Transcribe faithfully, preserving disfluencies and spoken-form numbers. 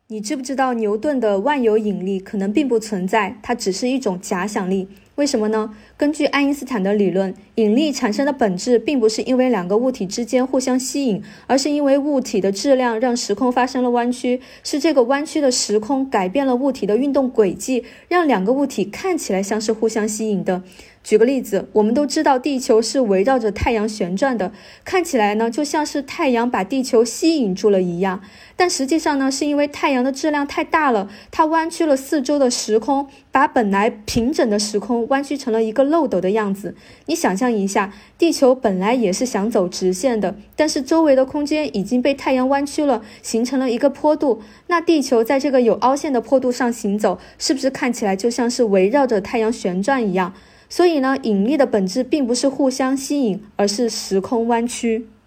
你知不知道牛顿的万有引力可能并不存在，它只是一种假想力？为什么呢？根据爱因斯坦的理论，引力产生的本质并不是因为两个物体之间互相吸引，而是因为物体的质量让时空发生了弯曲，是这个弯曲的时空改变了物体的运动轨迹，让两个物体看起来像是互相吸引的。举个例子，我们都知道地球是围绕着太阳旋转的，看起来呢就像是太阳把地球吸引住了一样，但实际上呢是因为太阳的质量太大了，它弯曲了四周的时空，把本来平整的时空弯曲成了一个漏斗的样子。你想象一下，地球本来也是想走直线的，但是周围的空间已经被太阳弯曲了，形成了一个坡度，那地球在这个有凹陷的坡度上行走，是不是看起来就像是围绕着太阳旋转一样？所以呢，引力的本质并不是互相吸引，而是时空弯曲。